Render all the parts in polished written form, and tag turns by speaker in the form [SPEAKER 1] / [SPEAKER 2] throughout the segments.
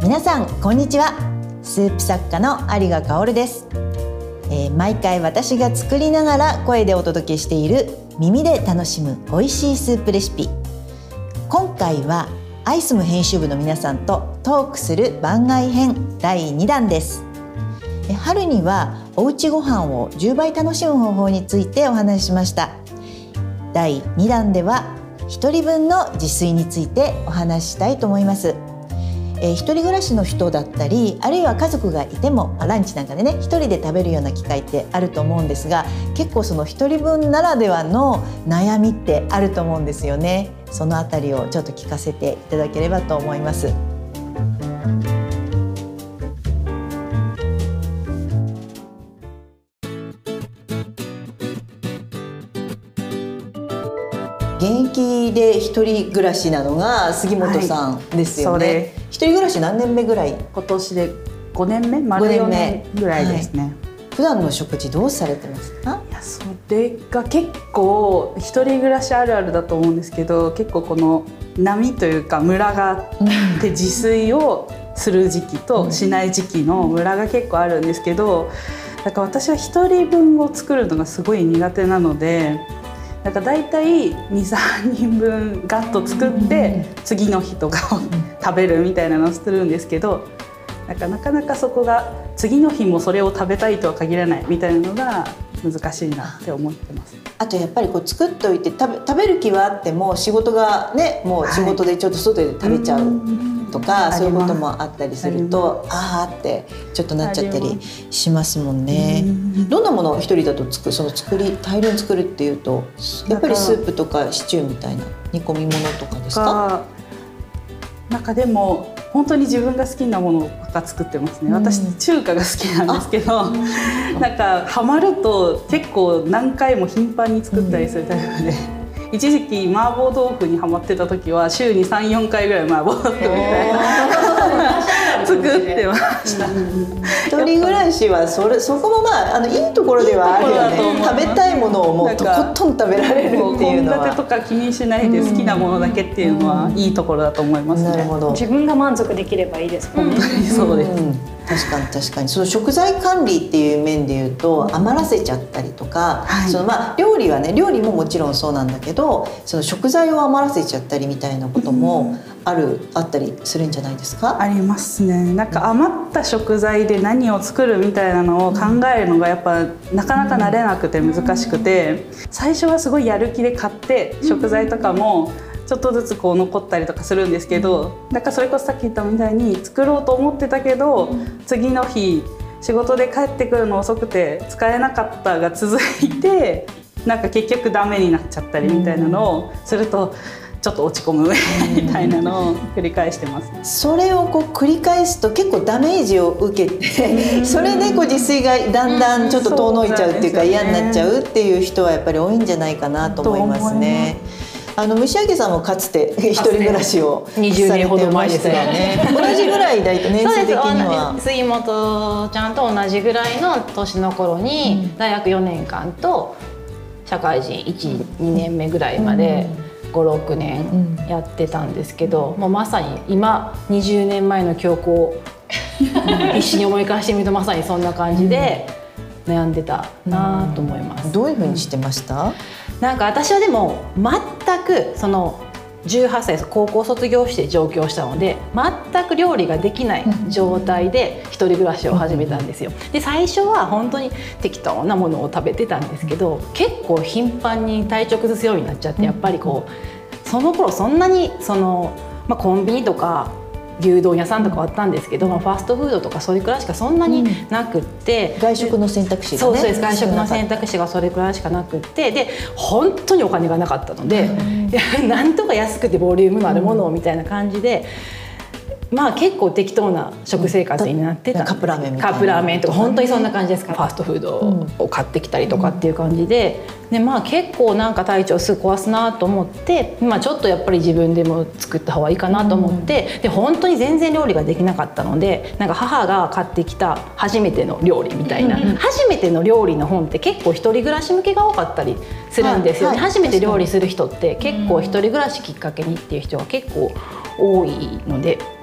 [SPEAKER 1] 皆さんこんにちは。スープ作家の有賀薫です。毎回私が作りながら声でお届けしている耳で楽しむ美味しいスープレシピ。今回はアイスム編集部の皆さんとトークする番外編第2弾です。春にはおうちご飯を10倍楽しむ方法についてお話ししました。第2弾では1人分の自炊についてお話ししたいと思います。一人暮らしの人だったり、あるいは家族がいてもランチなんかでね、一人で食べるような機会ってあると思うんですが、結構その一人分ならではの悩みってあると思うんですよね。そのあたりをちょっと聞かせていただければと思います。現役で一人暮らしなのが杉本さんですよね。一人暮らし何年目ぐらい？
[SPEAKER 2] 今年で5年目、丸4年ぐらいですね。
[SPEAKER 1] 普段の食事どうされてますか？
[SPEAKER 2] いや、それが結構一人暮らしあるあるだと思うんですけど、結構この波というかムラがあって自炊をする時期としない時期のムラが結構あるんですけど、だから私は一人分を作るのがすごい苦手なので、なんかだいたい 2,3 人分ガッと作って次の日とかを食べるみたいなのをするんですけど、なかなかそこが次の日もそれを食べたいとは限らないみたいなのが難しいなって思ってます。
[SPEAKER 1] あとやっぱりこう作っておいて食べる気はあっても仕事がね、もう仕事でちょっと外で食べちゃうとか、そういうこともあったりすると、あーってちょっとなっちゃったりしますもんね。どんなものを一人だと大量に作るっていうと、やっぱりスープとかシチューみたいな煮込み物とかですか？
[SPEAKER 2] なんかでも本当に自分が好きなものばっか作ってますね。私中華が好きなんですけど、なんかハマると結構何回も頻繁に作ったりするタイプで、一時期麻婆豆腐にハマってた時は週に 3,4 回ぐらい麻婆豆腐みたいな作ってました。
[SPEAKER 1] 一人暮らしはそこもいいところではあるよね。食べたいものをもうとことん食べられるっていうのは、
[SPEAKER 2] 献立とか気にしないで好きなものだけっていうのはいいところだと思いますね。
[SPEAKER 1] なるほど。
[SPEAKER 3] 自分が満足できればいいですもんね。
[SPEAKER 2] そうです。
[SPEAKER 1] 確かにその食材管理っていう面でいうと、余らせちゃったりとか、その料理はね、料理ももちろんそうなんだけど、その食材を余らせちゃったりみたいなこともあったりするんじゃないですか？
[SPEAKER 2] ありますね。なんか余った食材で何を作るみたいなのを考えるのがやっぱなかなか慣れなくて難しくて、最初はすごいやる気で買って食材とかもちょっとずつこう残ったりとかするんですけど、なんかそれこそさっき言ったみたいに作ろうと思ってたけど、次の日仕事で帰ってくるの遅くて使えなかったが続いて、なんか結局ダメになっちゃったりみたいなのをするとちょっと落ち込むみたいなのを繰り返してます。
[SPEAKER 1] それをこう繰り返すと結構ダメージを受けて、それでこう自炊がだんだんちょっと遠のいちゃうっていうか、嫌になっちゃうっていう人はやっぱり多いんじゃないかなと思いますね。虫明さんもかつて一人暮らしをされてましたよね。同じぐらい大体年数的には。
[SPEAKER 4] 杉本ちゃんと同じぐらいの年の頃に、大学4年間と社会人 1,2 年目ぐらいまで5、6年やってたんですけど、もうまさに今20年前の記憶を必死に思い返してみると、まさにそんな感じで悩んでたなと思います。
[SPEAKER 1] どういうふうにしてました？
[SPEAKER 4] なんか私はでも全くその18歳高校卒業して上京したので、全く料理ができない状態で一人暮らしを始めたんですよ。で最初は本当に適当なものを食べてたんですけど、結構頻繁に体調崩すようになっちゃって、やっぱりこうその頃そんなにコンビニとか牛丼屋さんとかあったんですけど、ファストフードとかそれくらいしかそんなになくって、
[SPEAKER 1] 外食の選択肢がね、
[SPEAKER 4] そうです、外食の選択肢がそれくらいしかなくって、で本当にお金がなかったので、なんとか安くてボリュームのあるものをみたいな感じで、結構適当な食生活になってたんです。
[SPEAKER 1] カップラーメンみたいな、
[SPEAKER 4] カップラーメンとか本当にそんな感じですから、ファストフードを買ってきたりとかっていう感じで、結構なんか体調すぐ壊すなと思って、ちょっとやっぱり自分でも作った方がいいかなと思って、で本当に全然料理ができなかったので、なんか母が買ってきた初めての料理みたいな、初めての料理の本って結構一人暮らし向けが多かったりするんですよね。初めて料理する人って結構一人暮らしきっかけにっていう人が結構多いので。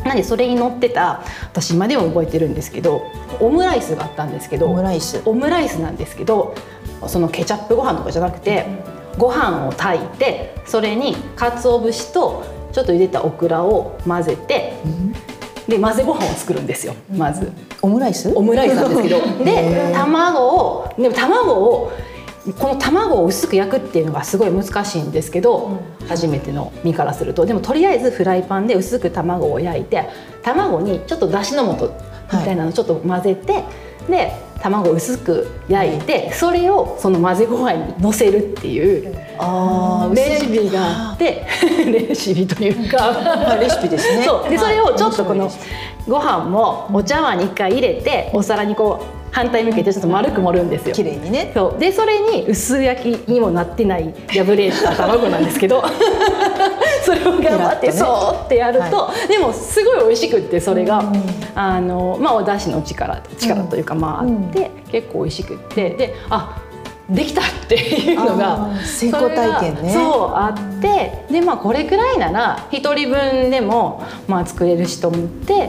[SPEAKER 4] なんでそれに乗ってた、私今でも覚えてるんですけど、オムライスがあったんですけど、
[SPEAKER 1] オムライス
[SPEAKER 4] なんですけど、そのケチャップご飯とかじゃなくて、ご飯を炊いて、それに鰹節とちょっと茹でたオクラを混ぜて、で混ぜご飯を作るんですよ。まず
[SPEAKER 1] オムライス
[SPEAKER 4] なんですけど、で卵をこの卵を薄く焼くっていうのがすごい難しいんですけど、初めての身からすると。でもとりあえずフライパンで薄く卵を焼いて、卵にちょっとだしの素みたいなのをちょっと混ぜて、で卵を薄く焼いて、それをその混ぜご飯にのせるっていうレシピがあって、レシピというか
[SPEAKER 1] レシピですね。
[SPEAKER 4] そうで、それをちょっとこのご飯もお茶碗に1回入れて、お皿にこう反対向けてちょっと丸く盛るんですよ。
[SPEAKER 1] 綺麗にね。
[SPEAKER 4] そうで、それに薄焼きにもなってない破れた卵なんですけどそれを頑張ってそうってやると、でもすごい美味しくって、それがお出汁の力というかあって、結構美味しくって、でできたっていうのが
[SPEAKER 1] 成功体験ね。
[SPEAKER 4] そうあって、でこれくらいなら1人分でも作れるしと思って、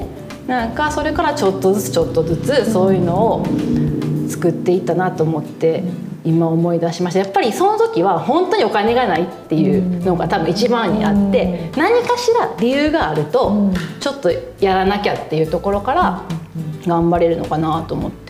[SPEAKER 4] なんかそれからちょっとずつそういうのを作っていったなと思って今思い出しました。やっぱりその時は本当にお金がないっていうのが多分一番にあって、何かしら理由があるとちょっとやらなきゃっていうところから頑張れるのかなと思って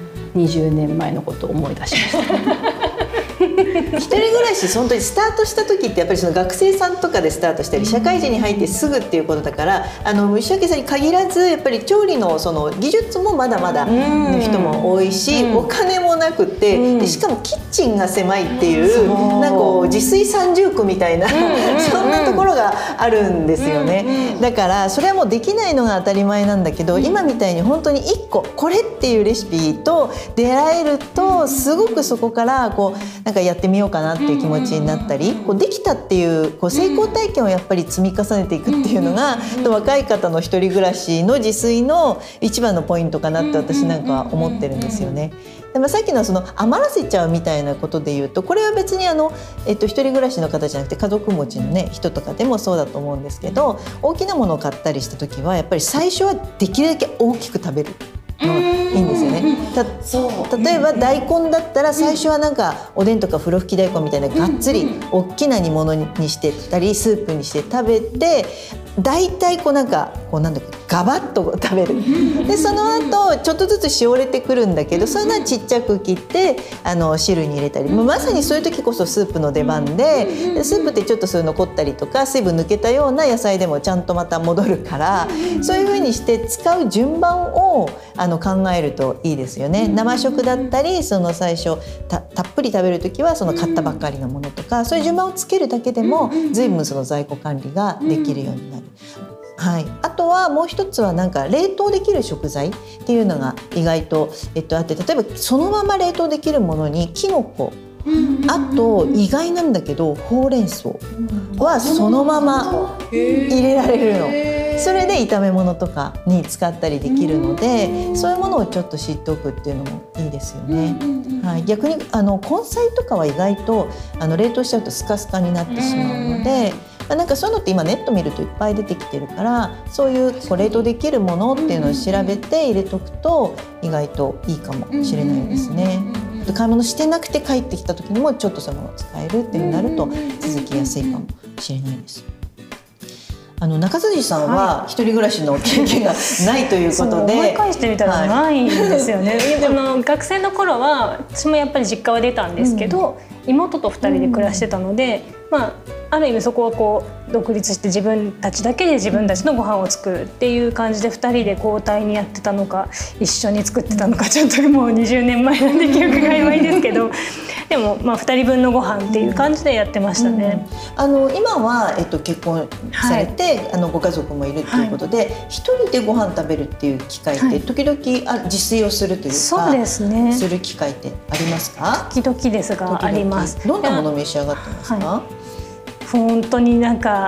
[SPEAKER 4] 、20年前のことを思い出しました
[SPEAKER 1] 一人暮らし本当にスタートした時ってやっぱりその学生さんとかでスタートしたり社会人に入ってすぐっていうことだから、石焼さんに限らずやっぱり調理のその技術もまだまだの人も多いし、お金もなくて、でしかもキッチンが狭いっていうなんかこう自炊三重苦みたいなそんなところがあるんですよね。だからそれはもうできないのが当たり前なんだけど、今みたいに本当に1個これっていうレシピと出会えると、すごくそこからこうなんかやってみようかなっていう気持ちになったり、こうできたっていう成功体験をやっぱり積み重ねていくっていうのが、若い方の一人暮らしの自炊の一番のポイントかなって私なんかは思ってるんですよね。でもさっきのその余らせちゃうみたいなことで言うと、これは別に一人暮らしの方じゃなくて家族持ちのね人とかでもそうだと思うんですけど、大きなものを買ったりした時はやっぱり最初はできるだけ大きく食べるのがいいんですよね。例えば大根だったら最初はなんかおでんとか風呂吹き大根みたいながっつり大きな煮物にしてったりスープにして食べて、大体こうなんだっけガバッと食べる。でその後ちょっとずつしおれてくるんだけど、そういうのはちっちゃく切って汁に入れたり、まさにそういう時こそスープの出番で、スープってちょっとそういう残ったりとか水分抜けたような野菜でもちゃんとまた戻るから、そういう風にして使う順番を考えるといいですよね。生食だったりその最初たっぷり食べる時はその買ったばっかりのものとか、そういう順番をつけるだけでも随分その在庫管理ができるようになる。はい、あとはもう一つはなんか冷凍できる食材っていうのが意外と、あって、例えばそのまま冷凍できるものにキノコ、あと意外なんだけどほうれん草はそのまま入れられるの。それで炒め物とかに使ったりできるので、そういうものをちょっと知っておくっていうのもいいですよね。はい、逆に根菜とかは意外と冷凍しちゃうとスカスカになってしまうので、なんかそういうのって今ネット見るといっぱい出てきてるから、そういう冷凍できるものっていうのを調べて入れとくと意外といいかもしれないですね。買い物してなくて帰ってきた時にもちょっとそういうものを使えるっていう風になると続きやすいかもしれないです。中辻さんは一人暮らしの経験がないということで、
[SPEAKER 3] 思い返してみたらないんですよね。でも学生の頃は私もやっぱり実家は出たんですけど、妹と2人で暮らしてたので、ある意味そこはこう独立して自分たちだけで自分たちのご飯を作るっていう感じで2人で交代にやってたのか一緒に作ってたのか、ちょっともう20年前なんで記憶が曖昧ですけどでも2人分のご飯っていう感じでやってましたね。
[SPEAKER 1] 今は、結婚されて、ご家族もいるということで、一人でご飯食べるっていう機会って時々自炊をするというか、
[SPEAKER 3] そうですね、
[SPEAKER 1] する機会ってありますか？
[SPEAKER 3] 時々ですがあります。
[SPEAKER 1] どんなものを召し上がってますか？
[SPEAKER 3] 本当になんか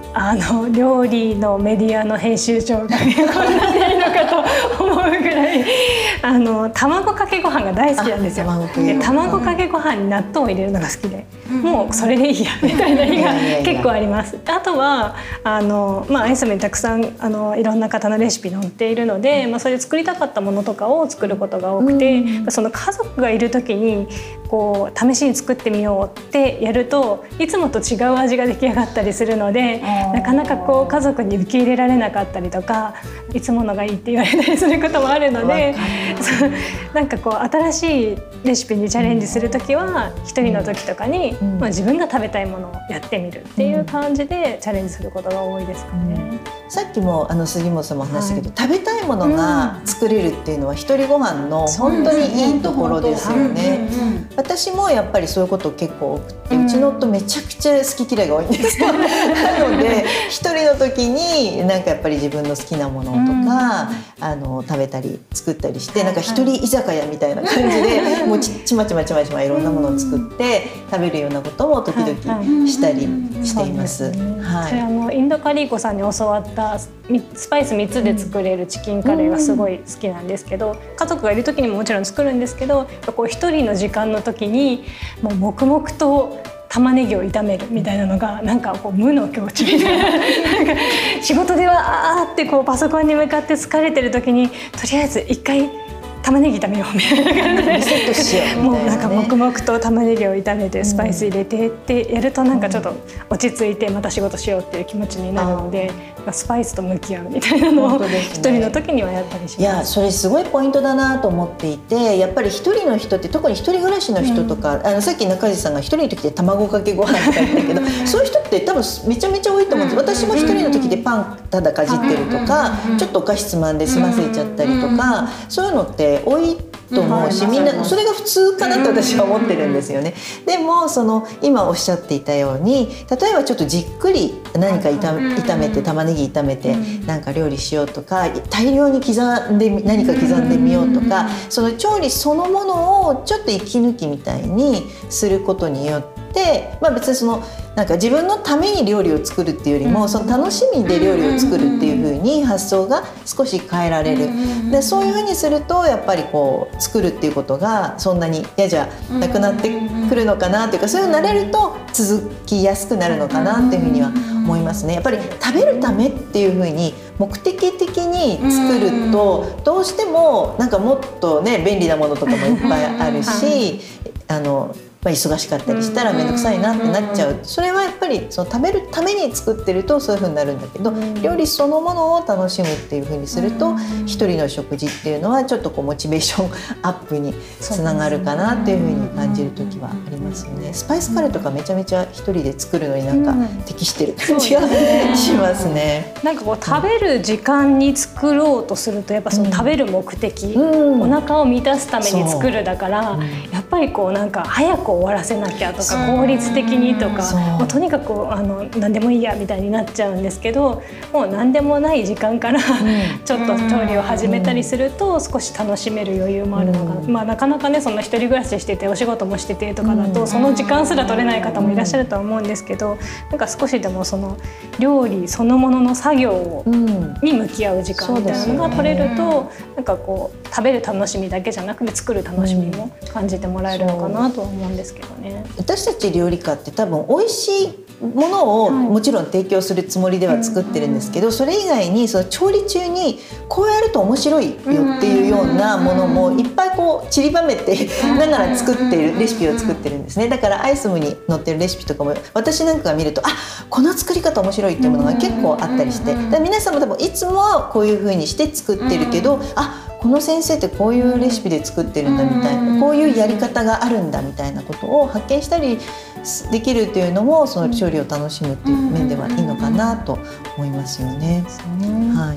[SPEAKER 3] 料理のメディアの編集長がこんなにいいのかと思うぐらい卵かけご飯が大好きなんですよ。で卵かけご飯に納豆を入れるのが好きで、もうそれでいいやみたいな日が結構あります。あとはアイスムにたくさんいろんな方のレシピ載っているので、それで作りたかったものとかを作ることが多くて、その家族がいる時にこう試しに作ってみようってやるといつもと違う味が出来上がったりするので、なかなかこう家族に受け入れられなかったりとか、いつものがいいって言われたりすることもあるので、なんかこう新しいレシピにチャレンジする時は一人の時とかに、自分が食べたいものをやってみるっていう感じでチャレンジすることが多いですかね。
[SPEAKER 1] さっきも杉本さんも話したけど、食べたいものが作れるっていうのは一人ご飯の本当にいいところですよね。私もやっぱりそういうこと結構多くて、うちの夫めちゃくちゃ好き嫌いが多いんですよ。なので一人の時になんかやっぱり自分の好きなものとか食べたり作ったりして、なんか一人居酒屋みたいな感じでもうちまちまいろんなものを作って食べるようなことも時々したりしています。
[SPEAKER 3] インドカリーコさんに教わったスパイス3つで作れるチキンカレーがすごい好きなんですけど、家族がいる時にももちろん作るんですけど、こう一人の時間の時にもう黙々と玉ねぎを炒めるみたいなのがなんかこう無の境地みたいな、なんか仕事ではってこうパソコンに向かって疲れてる時にとりあえず一回玉ねぎ炒めようみたいな感じで
[SPEAKER 1] リセットしようみたいなね、
[SPEAKER 3] もうなんか黙々と玉ねぎを炒めてスパイス入れてってやるとなんかちょっと落ち着いてまた仕事しようっていう気持ちになるので、スパイスと向き合うみたいなのを一人の時にはやったりします。
[SPEAKER 1] いやそれすごいポイントだなと思っていて、やっぱり一人の人って特に一人暮らしの人とか、さっき中地さんが一人の時で卵かけご飯とか言ったけどそういう人って多分めちゃめちゃ多いと思うんです。私も一人の時でパンただかじってるとか、ちょっとお菓子つまんで済ませちゃったりとか、そういうのって多いと思うし、みんなそれが普通かなって私は思ってるんですよね。でも今おっしゃっていたように、例えばちょっとじっくり何か炒めて玉ねぎ炒めてなんか料理しようとか、大量に何か刻んでみようとか、その調理そのものをちょっと息抜きみたいにすることによって、別になんか自分のために料理を作るっていうよりも、その楽しみで料理を作るっていう風に発想が少し変えられる。でそういう風にするとやっぱりこう作るっていうことがそんなに嫌じゃなくなってくるのかなというか、そういうのに慣れると続きやすくなるのかなっていう風には思いますね。やっぱり食べるためっていう風に目的的に作るとどうしてもなんかもっとね便利なものとかもいっぱいあるし、忙しかったりしたら面倒くさいなってなっちゃう。それはやっぱり食べるために作ってるとそういう風になるんだけど、料理そのものを楽しむっていう風にすると一人の食事っていうのはちょっとこうモチベーションアップにつながるかなっていう風に感じる時はありますよね。スパイスカレーとかめちゃめちゃ一人で作るのになんか適してる感じがしますね。
[SPEAKER 3] なんかこう食べる時間に作ろうとするとやっぱその食べる目的、お腹を満たすために作るだから、やっぱりこうなんか早く終わらせなきゃとか効率的にとか、もうとにかく何でもいいやみたいになっちゃうんですけど、もう何でもない時間からちょっと調理を始めたりすると少し楽しめる余裕もあるのかな。なかなかねそんな一人暮らししててお仕事もしててとかだとその時間すら取れない方もいらっしゃるとは思うんですけど、なんか少しでもその料理そのものの作業に向き合う時間みたいなのが取れると、なんかこう食べる楽しみだけじゃなくて作る楽しみも感じてもらえるのかなとは思うんですけどね。
[SPEAKER 1] 私たち料理家って多分美味しいものをもちろん提供するつもりでは作ってるんですけど、それ以外にその調理中にこうやると面白いよっていうようなものもいっぱいこう散りばめてながら作っているレシピを作ってるんですね。だからアイスムに載ってるレシピとかも私なんかが見るとこの作り方面白いっていうものが結構あったりして、皆さんも多分いつもはこういう風にして作ってるけど、この先生ってこういうレシピで作ってるんだみたいな、こういうやり方があるんだみたいなことを発見したりできるというのもその調理を楽しむっていう面ではいいのかなと思いますよね。はい。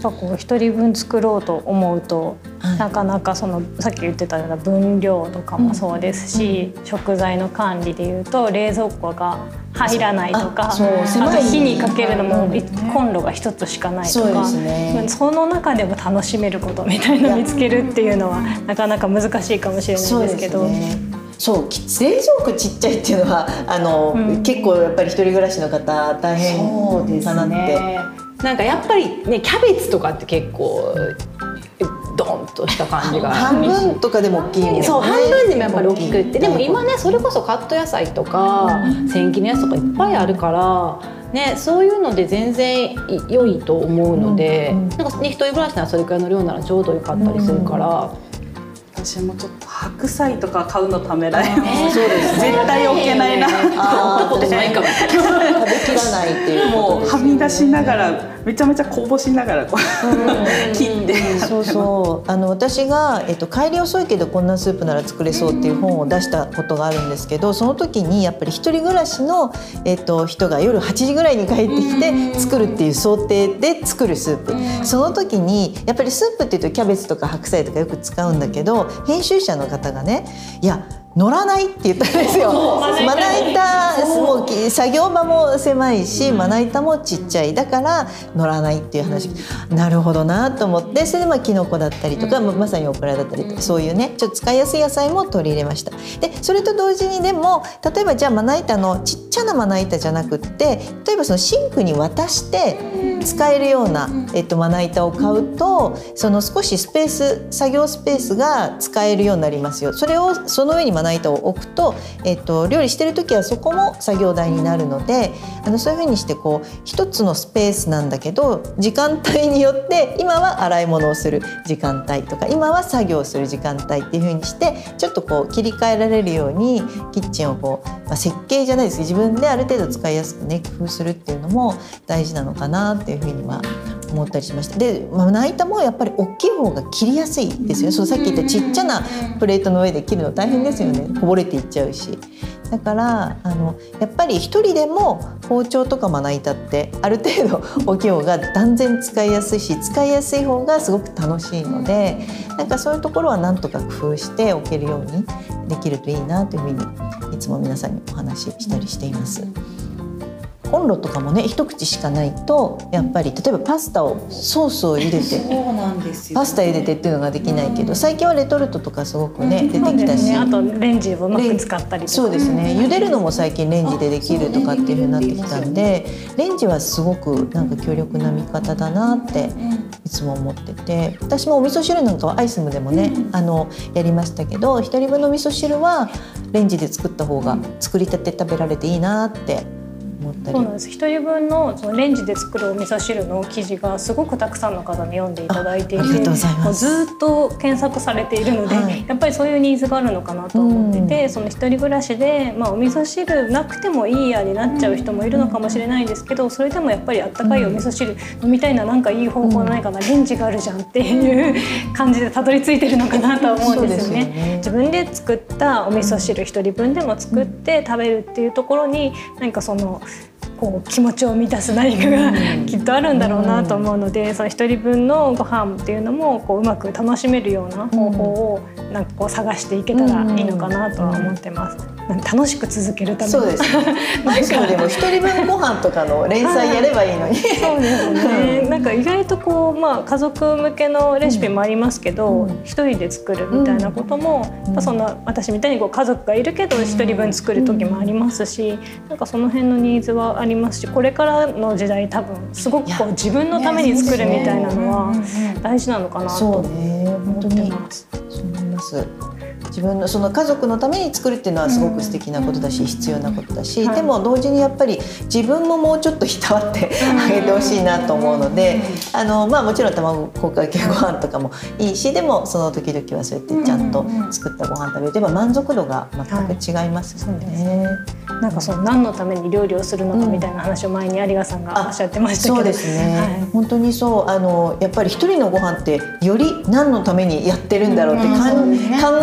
[SPEAKER 3] ぱこう一人分作ろうと思うと、なかなかそのさっき言ってたような分量とかもそうですし、食材の管理でいうと冷蔵庫が入らないとか、あと火にかけるのもコンロが一つしかないとか、その中でも楽しめることみたいなのを見つけるっていうのはなかなか難しいかもしれないんですけど。
[SPEAKER 1] そう冷蔵庫ちっちゃいっていうのは結構やっぱり一人暮らしの方大変かなって。
[SPEAKER 4] なんかやっぱりねキャベツとかって結構ドンとした感じが
[SPEAKER 1] 半分とかでも大きいもんね。
[SPEAKER 4] そう半分でもやっぱり大きくって、でも今ねそれこそカット野菜とか千切りのやつとかいっぱいあるからね、そういうので全然良いと思うので、なんかね一人暮らしならそれくらいの量ならちょうどよかったりするから。
[SPEAKER 2] 私もちょっと白菜とか買うのためらいます。絶対置けないな。
[SPEAKER 4] 思ったことないかも。
[SPEAKER 1] 食べきらないっていう
[SPEAKER 2] もうはみ出しながらめちゃめちゃこぼしながらこう切って。
[SPEAKER 1] そうそう私が帰り遅いけどこんなスープなら作れそうっていう本を出したことがあるんですけど、その時にやっぱり一人暮らしの人が夜8時ぐらいに帰ってきて作るっていう想定で作るスープ。その時にやっぱりスープっていうとキャベツとか白菜とかよく使うんだけど、編集者の方がね、いや乗らないって言ったんですよ。まな板もう作業場も狭いし、まな板もちっちゃい、だから乗らないっていう話、なるほどなと思って、それでキノコだったりとか、まさにオクラだったりとか、そういうねちょっと使いやすい野菜も取り入れました。でそれと同時にでも例えばじゃあまな板のちっちゃなまな板じゃなくって、例えばそのシンクに渡して使えるような、まな板を買うと、その少し作業スペースが使えるようになりますよ。それをその上にまな板を置くと、料理してる時はそこも作業台になるので、そういう風にしてこう一つのスペースなんだけど、時間帯によって今は洗い物をする時間帯とか今は作業する時間帯っていう風にして、ちょっとこう切り替えられるようにキッチンをこう、設計じゃないですけど自分である程度使いやすくね工夫するっていうのも大事なのかなっていう風には思ったりしました。でまな板もやっぱり大きい方が切りやすいですよね。そうさっき言ったちっちゃなプレートの上で切るの大変ですよね。こぼれていっちゃうし。だからやっぱり一人でも包丁とかまな板ってある程度大きい方が断然使いやすいし、使いやすい方がすごく楽しいので、なんかそういうところはなんとか工夫しておけるようにできるといいなというふうにいつも皆さんにお話ししたりしています。コンロとかもね一口しかないと、やっぱり例えばパスタをソースを入れてパスタ茹でてっていうのができないけど、最近はレトルトとかすごくね出てきたし、
[SPEAKER 3] あとレンジをうまく使ったりとか、
[SPEAKER 1] そうですね、茹でるのも最近レンジでできるとかっていう風になってきたんで、レンジはすごくなんか強力な味方だなっていつも思ってて、私もお味噌汁なんかはアイスムでもねやりましたけど、一人分の味噌汁はレンジで作った方が作りたて食べられていいなって思ったり。
[SPEAKER 3] そうなんです。一人分のそのレンジで作るお味噌汁の記事がすごくたくさんの方に読んでいただいていて、もうずっと検索されているので、やっぱりそういうニーズがあるのかなと思ってて、その一人暮らしで、お味噌汁なくてもいいやになっちゃう人もいるのかもしれないんですけど、それでもやっぱりあったかいお味噌汁飲みたいな、なんかいい方法ないかな、レンジがあるじゃんっていう感じでたどり着いてるのかなとは思うんですよね。自分で作ったお味噌汁一人分でも作って食べるっていうところに、何かそのこう気持ちを満たす何かがきっとあるんだろうなと思うので、その一人分のご飯っていうのもこううまく楽しめるような方法をなんかこう探していけたらいいのかなとは思ってます。楽しく続けるために。
[SPEAKER 1] そうですね。でも一人分ご飯とかの連載やればいいのに。
[SPEAKER 3] そうですね。なんか意外とこう家族向けのレシピもありますけど、一人で作るみたいなことも、そんな私みたいにこう家族がいるけど一人分作る時もありますし、なんかその辺のニーズはありますし、これからの時代多分すごくこう自分のために作るみたいなのは大事なのかなと思ってます。
[SPEAKER 1] そう思います。自分のその家族のために作るっていうのはすごく素敵なことだし、必要なことだし、でも同時にやっぱり自分ももうちょっといたわってあげてほしいなと思うので、もちろん卵かけご飯とかもいいし、でもその時々はそうやってちゃんと作ったご飯食べれば満足度が全く違いますよね。
[SPEAKER 3] なんかその何のために料理をするのかみたいな話を前に有賀さんがおっしゃってましたけど、
[SPEAKER 1] そうですね、本当にそう、やっぱり一人のご飯ってより何のためにやってるんだろうって考え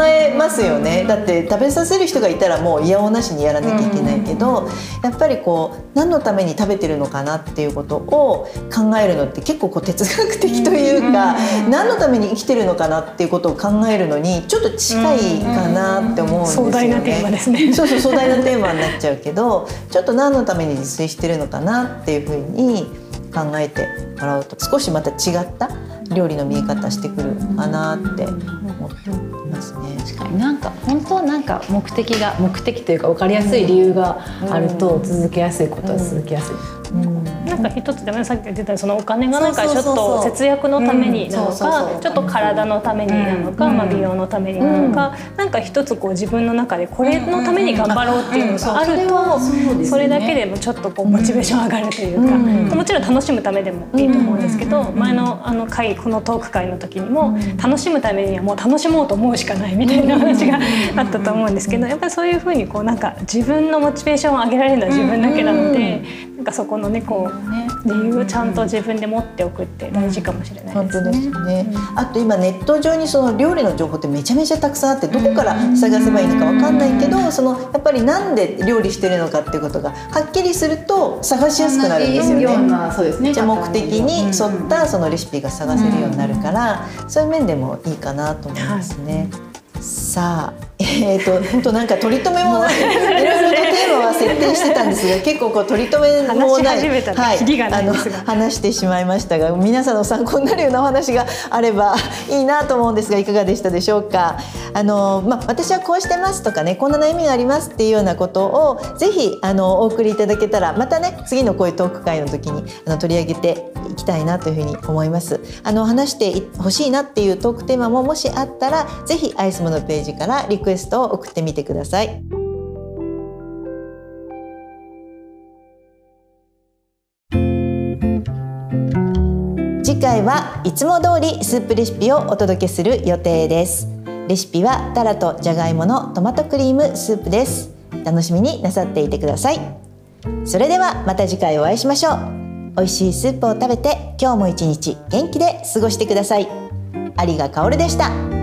[SPEAKER 1] ますよね。だって食べさせる人がいたらもう嫌おなしにやらなきゃいけないけど、やっぱりこう何のために食べてるのかなっていうことを考えるのって結構こう哲学的というか、何のために生きてるのかなっていうことを考えるのにちょっと近いかなって思うんですよね。
[SPEAKER 3] 壮大なテーマですね。
[SPEAKER 1] そうそう、壮大なテーマになっちゃうけど、ちょっと何のために自炊してるのかなっていうふうに考えてもらうと少しまた違った料理の見え方してくるかなって思ってますね。
[SPEAKER 4] 確かになんか本当なんか目的というか分かりやすい理由があると続けやすいことは続けやすい。
[SPEAKER 3] なんか一つでもさっき言ってたそのお金がなんかちょっと節約のためになのか、ちょっと体のためになのか、美容のためになのか、なんか一つこう自分の中でこれのために頑張ろうっていうのがあると、それだけでもちょっとこうモチベーション上がるというか、もちろん楽しむためでもいいと思うんですけど、前の会このトーク会の時にも楽しむためにはもう楽しもうと思うしかないみたいな話があったと思うんですけど、やっぱりそういうふうにこうなんか自分のモチベーションを上げられるのは自分だけなので、なんかそこのねこう理由をちゃんと自分で持っておくって大事かもしれないですね。
[SPEAKER 1] 本当ですね。あと今ネット上にその料理の情報ってめちゃめちゃたくさんあって、どこから探せばいいのかわかんないけど、そのやっぱりなんで料理してるのかっていうことがはっきりすると探しやすくなるんですよね。
[SPEAKER 4] そうですね。
[SPEAKER 1] じゃあ目的に沿ったそのレシピが探せるようになるから、そういう面でもいいかなと思いますね。さあ、なんか取り留めもないいろいろとテーマは設定してたんですが、結構こう取り留めもない、話してしまいましたが、皆さんの参考になるようなお話があればいいなと思うんですが、いかがでしたでしょうか。私はこうしてますとかね、こんな悩みがありますっていうようなことをぜひお送りいただけたら、またね次のこういうトーク会の時に取り上げていきたいなというふうに思います。話してほしいなっていうトークテーマももしあったら、ぜひアイスモのページからリクエストを送ってみてください。次回はいつも通りスープレシピをお届けする予定です。レシピはタラとじゃがいものトマトクリームスープです。楽しみになさっていてください。それではまた次回お会いしましょう。美味しいスープを食べて今日も一日元気で過ごしてください。有賀かおるでした。